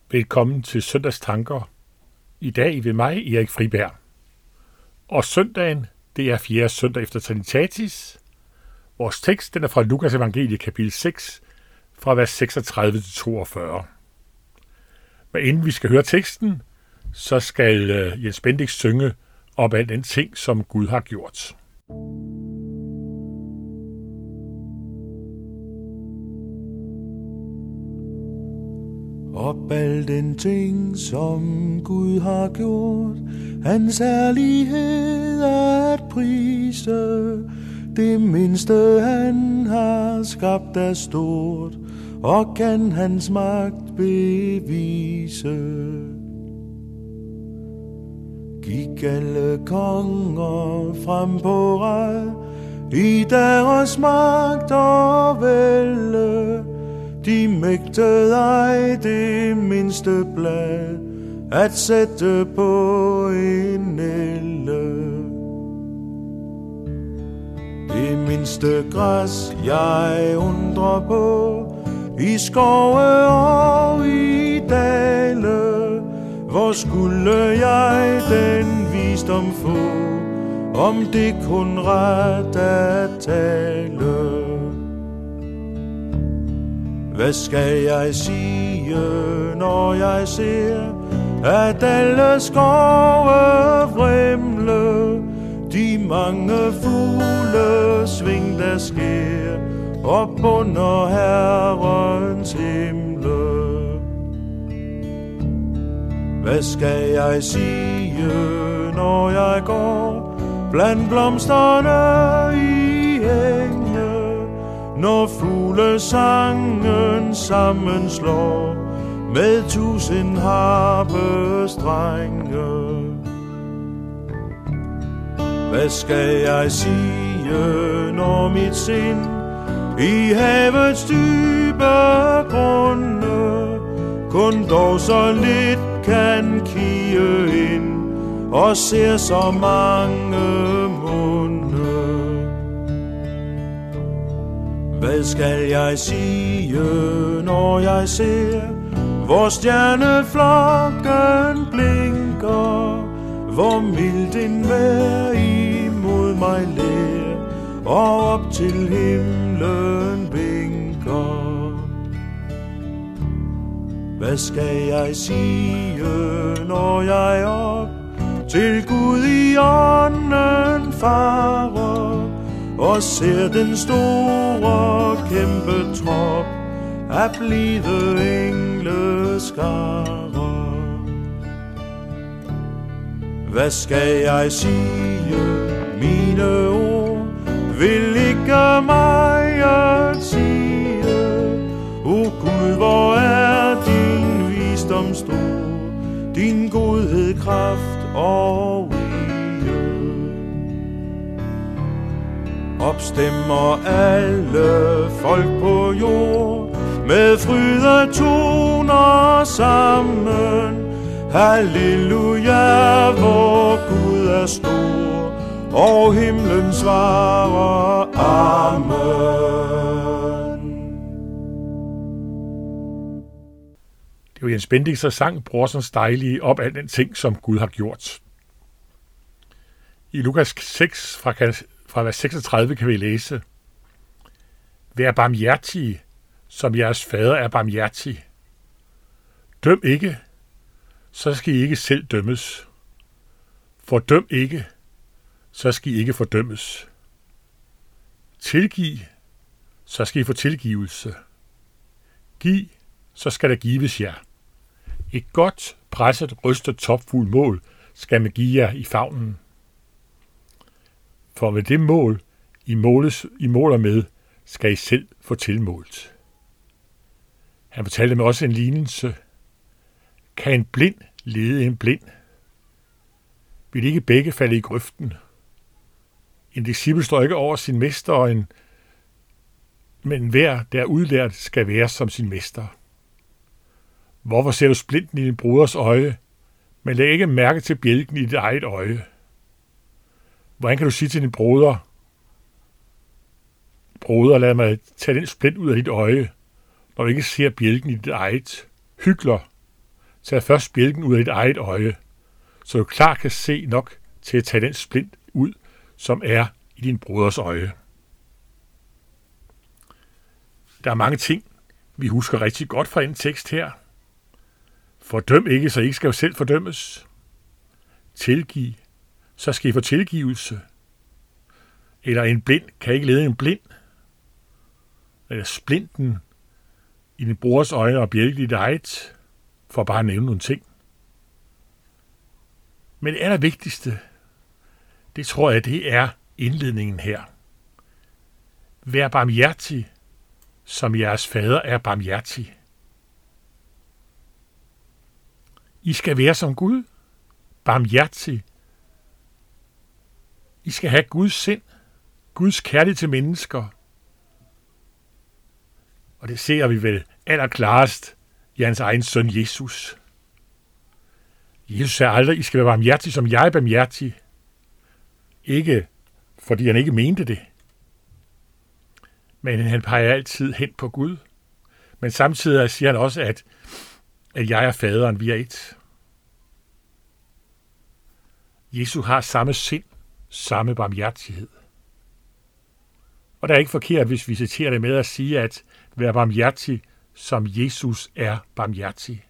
Velkommen til Søndagstanker. I dag ved mig, Erik Friberg. Og søndagen, det er 4. søndag efter Trinitatis. Vores tekst, den er fra Lukas evangeliet kapitel 6, fra vers 36 til 42. Men inden vi skal høre teksten, så skal Jens Bendix synge op af den ting, som Gud har gjort. Op al den ting, som Gud har gjort, hans herlighed at prise. Det mindste han har skabt er stort, og kan hans magt bevise. Gik alle konger frem på rad, i deres magt og vælde. De mægtede ej det mindste blad at sætte på en elle. Det mindste græs jeg undrer på, i skove og i dale. Hvor skulle jeg den visdom få, om det kun ret at tale? Hvad skal jeg sige, når jeg ser, at alle skove vrimle? De mange fugle sving der sker op under Herrens himle. Hvad skal jeg sige, når jeg går blandt blomsterne i enge? Når fuglesangen sammenslår med 1000 harpestrenge. Hvad skal jeg sige, når mit sind i havets dybe grunde kun dog så lidt kan kigge ind og ser så mange munde? Hvad skal jeg sige, når jeg ser, hvor stjerneflokken blinker, hvor mildt en vejr imod mig ler, og op til himlen vinker? Hvad skal jeg sige, når jeg op til Gud i ånden farer, og ser den store kæmpe trop af blide engleskarer? Hvad skal jeg sige? Mine ord vil ikke mig at sige. O Gud, hvor er din visdom stor, din godhed, kraft og opstemmer alle folk på jord med frydetoner sammen. Halleluja, hvor Gud er stor, og himlen svarer amen. Det var Jens Bendix, der sang Brorsons dejlige op af den ting, som Gud har gjort. I Lukas 6 fra vers 36 kan vi læse: Vær barmhjertige, som jeres fader er barmhjertig. Døm ikke, så skal I ikke selv dømmes. Fordøm ikke, så skal I ikke fordømmes. Tilgiv, så skal I få tilgivelse. Giv, så skal der gives jer. Et godt, presset, rystet, topfuld mål skal man give jer i favnen. For ved det mål, I måler med, skal I selv få tilmålt. Han fortalte mig også en lignelse. Kan en blind lede en blind? Vil ikke begge falde i grøften? En disciple står ikke over sin mester, men hver, der er udlært, skal være som sin mester. Hvorfor ser du splinten i din broders øje, men læg ikke mærke til bjælken i dit eget øje? Hvordan kan du sige til din broder, lad mig tage den splint ud af dit øje, når du ikke ser bjælken i dit eget? Hykler. Tag først bjælken ud af dit eget øje, så du klart kan se nok til at tage den splint ud, som er i din broders øje. Der er mange ting, vi husker rigtig godt fra den tekst her. Fordøm ikke, så I ikke skal selv fordømmes. Tilgiv, så skal I få tilgivelse. Eller en blind kan ikke lede en blind. Eller splinten i din brors øjne og bjælken i dit eget, for bare at nævne nogle ting. Men det allervigtigste, det tror jeg, det er indledningen her. Vær barmhjertig, som jeres fader er barmhjertig. I skal være som Gud, barmhjertig. I skal have Guds sind, Guds kærlighed til mennesker. Og det ser vi vel allerklarest i hans egen søn Jesus. Jesus sagde aldrig, I skal være barmhjertige, som jeg er barmhjertig. Ikke fordi han ikke mente det. Men han peger altid hen på Gud. Men samtidig siger han også, at jeg er faderen, vi er et. Jesus har samme sind, samme barmhjertighed. Og det er ikke forkert, hvis vi citerer det med at sige, at være barmhjertig, som Jesus er barmhjertig.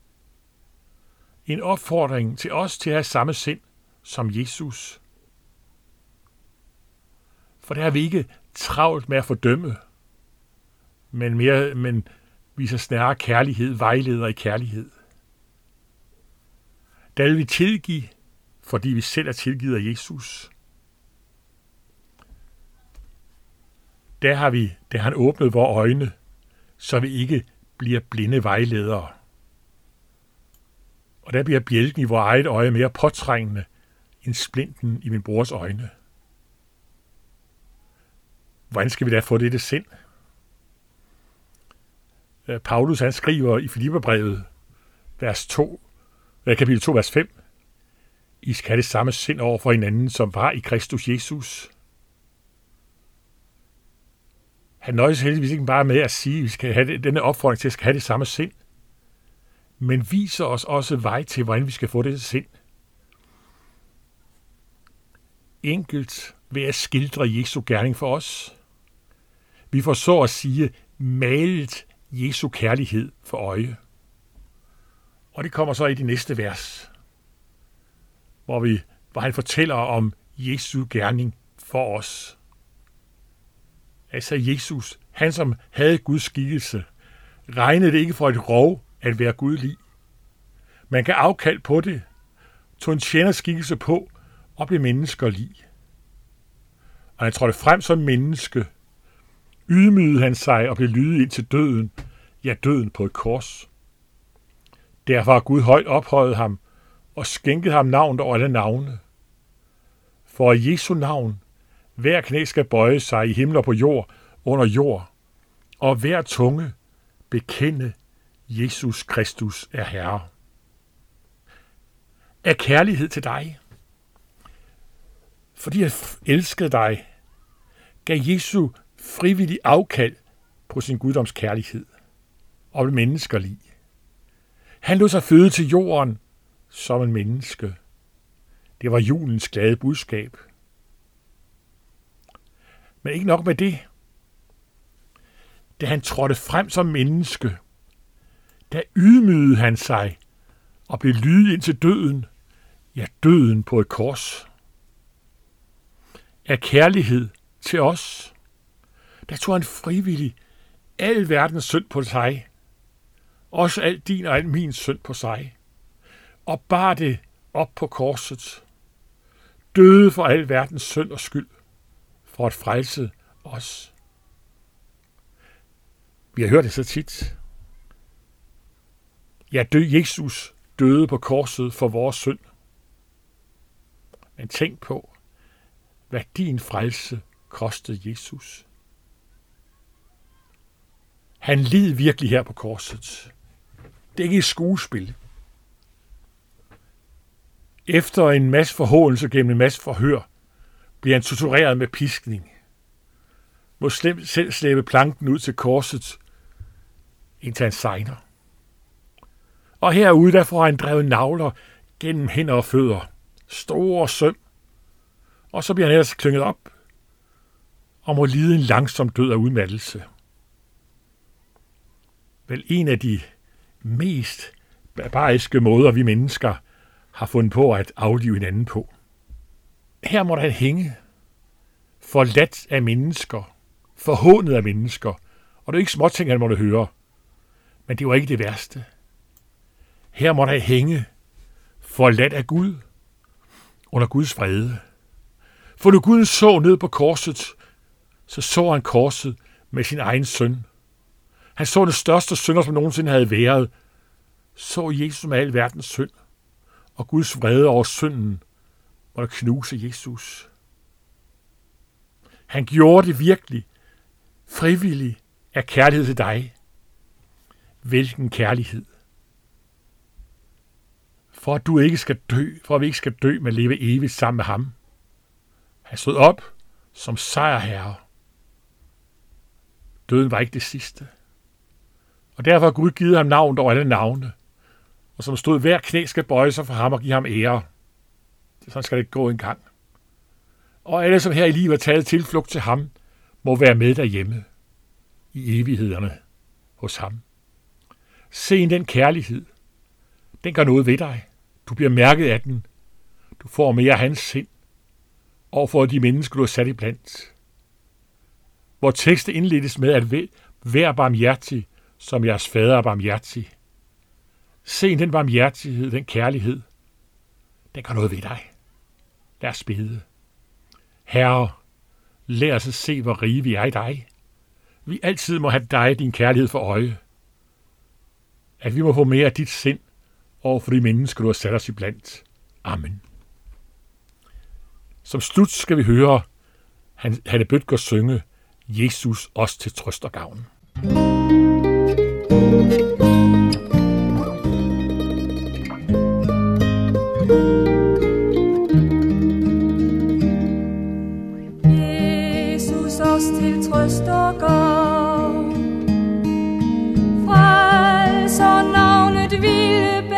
En opfordring til os til at have samme sind som Jesus. For der er vi ikke travlt med at fordømme, men viser snarere kærlighed, vejleder i kærlighed. Der vil vi tilgive, fordi vi selv er tilgivet af Jesus. Der har han åbnet vores øjne, så vi ikke bliver blinde vejledere. Og der bliver bjælken i vores eget øje mere påtrængende end splinten i min brors øjne. Hvordan skal vi da få dette sind? Paulus han skriver i Filipperbrevet, kapitel 2, vers 5. I skal have det samme sind over for hinanden, som var i Kristus Jesus. Han nøjes heldigvis ikke bare med at sige, at vi skal have denne opfordring til at have det samme sind, men viser os også vej til, hvordan vi skal få det sind. Enkelt ved at skildre Jesu gerning for os. Vi får så at sige malet Jesu kærlighed for øje. Og det kommer så i de næste vers, hvor han fortæller om Jesu gerning for os. Altså Jesus, han som havde Guds skikkelse, regnede det ikke for et rov at være gudlig. Man kan afkald på det, tog en tjenerskikkelse på og blev menneskerlig. Og han trådte frem som menneske, ydmygede han sig og blev lydig ind til døden, ja døden på et kors. Derfor har Gud højt ophøjet ham og skænket ham navn over alle navne. For i Jesu navn hver knæ skal bøje sig i himmel og på jord, under jord, og hver tunge bekende, Jesus Kristus er Herre. Af kærlighed til dig, fordi jeg elskede dig, gav Jesu frivillig afkald på sin guddoms kærlighed og blev menneskerlig. Han lod sig føde til jorden som en menneske. Det var julens glade budskab. Men ikke nok med det. Da han trådte frem som menneske, der ydmygede han sig og blev lydig ind til døden, ja døden på et kors. Af kærlighed til os, der tog han frivillig al verdens synd på sig, også al din og al min synd på sig, og bar det op på korset, døde for al verdens synd og skyld, for at frelse os. Vi har hørt det så tit. Ja, Jesus døde på korset for vores synd. Men tænk på, hvad din frelse kostede Jesus. Han led virkelig her på korset. Det er ikke et skuespil. Efter en masse forhåndelse gennem en masse forhør, bliver han tortureret med piskning. Må selv slæbe planken ud til korset, indtil han segner. Og herude, der får han drevet nagler gennem hænder og fødder. Store søm. Og så bliver han ellers klynget op og må lide en langsom død af udmattelse. Vel en af de mest barbariske måder, vi mennesker har fundet på at aflive hinanden på. Her må han hænge, forladt af mennesker, forhånet af mennesker, og det er ikke småting, han måtte høre, men det var ikke det værste. Her må han hænge, forladt af Gud, under Guds vrede. For når Gud så ned på korset, så han korset med sin egen søn. Han så den største synder, som nogensinde havde været. Så Jesus med al verdens synd, og Guds vrede over synden måtte knuse Jesus. Han gjorde det virkelig frivilligt af kærlighed til dig. Hvilken kærlighed! For at du ikke skal dø, for at vi ikke skal dø, men leve evigt sammen med ham. Han stod op som sejrherre. Døden var ikke det sidste. Og derfor har Gud givet ham navn over alle navne, og som stod hver knæ skal bøje sig for ham og give ham ære. Sådan skal det ikke gå engang. Og alle, som her i livet har taget tilflugt til ham, må være med derhjemme i evighederne hos ham. Se den kærlighed. Den gør noget ved dig. Du bliver mærket af den. Du får mere af hans sind overfor de mennesker, du har sat iblandt. Hvor teksten indledes med, at vær barmhjertig, som jeres fader er barmhjertig. Se den barmhjertighed, den kærlighed. Den gør noget ved dig. Lad os bede. Herre, lad os se, hvor rige vi er i dig. Vi altid må have dig, din kærlighed for øje. At vi må få mere af dit sind over for de mennesker, du har sat os iblandt. Amen. Som slut skal vi høre Hanne Bødker synge Jesus os til trøst og gavn. Jesus os til trøst og gavn, frelser navnet ville